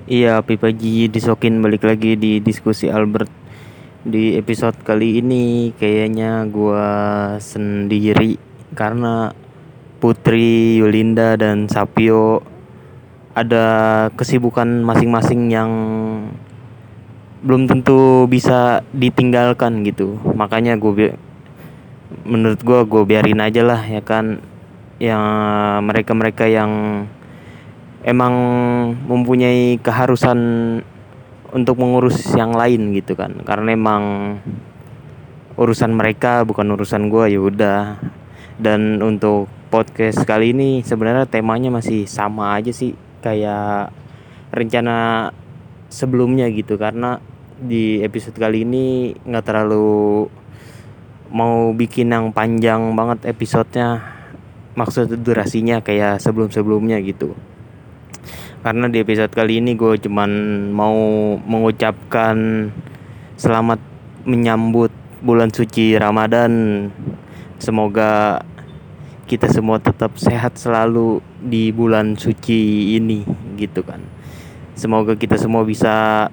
Iya, Pipaji disokin balik lagi di diskusi Albert. Di episode kali ini kayaknya gua sendiri karena Putri, Yulinda dan Sapio ada kesibukan masing-masing yang belum tentu bisa ditinggalkan gitu. Makanya menurut gue biarin aja lah ya kan, yang mereka-mereka yang emang mempunyai keharusan untuk mengurus yang lain gitu kan, karena emang urusan mereka bukan urusan gue, ya udah. Dan untuk podcast kali ini sebenarnya temanya masih sama aja sih kayak rencana sebelumnya gitu, karena di episode kali ini nggak terlalu mau bikin yang panjang banget episodenya, maksud durasinya kayak sebelum-sebelumnya gitu. Karena di episode kali ini gue cuman mau mengucapkan selamat menyambut bulan suci Ramadan. Semoga kita semua tetap sehat selalu di bulan suci ini gitu kan. Semoga kita semua bisa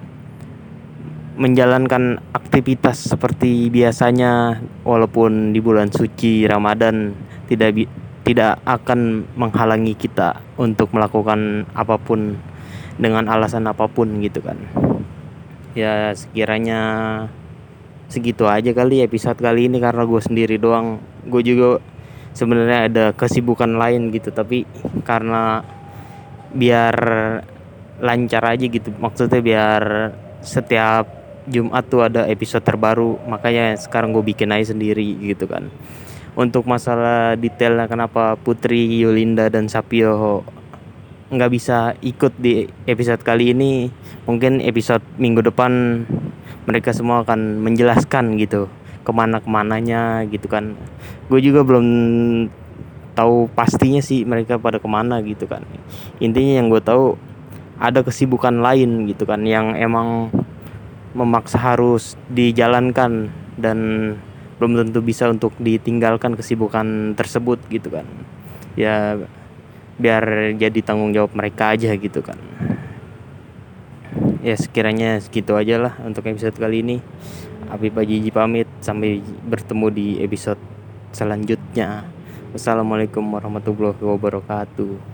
menjalankan aktivitas seperti biasanya walaupun di bulan suci Ramadan tidak akan menghalangi kita untuk melakukan apapun dengan alasan apapun gitu kan. Ya sekiranya segitu aja kali episode kali ini, karena gue sendiri doang. Gue juga sebenarnya ada kesibukan lain gitu, tapi karena biar lancar aja gitu, maksudnya biar setiap Jumat tuh ada episode terbaru, makanya sekarang gue bikin aja sendiri gitu kan. Untuk masalah detailnya kenapa Putri, Yulinda dan Sapio nggak bisa ikut di episode kali ini, mungkin episode minggu depan mereka semua akan menjelaskan gitu kemananya gitu kan. Gue juga belum tahu pastinya sih mereka pada kemana gitu kan. Intinya yang gue tahu ada kesibukan lain gitu kan yang emang memaksa harus dijalankan, dan belum tentu bisa untuk ditinggalkan kesibukan tersebut gitu kan. Ya biar jadi tanggung jawab mereka aja gitu kan. Ya sekiranya segitu aja lah untuk episode kali ini. Habib Ajiji pamit, sampai bertemu di episode selanjutnya. Wassalamualaikum warahmatullahi wabarakatuh.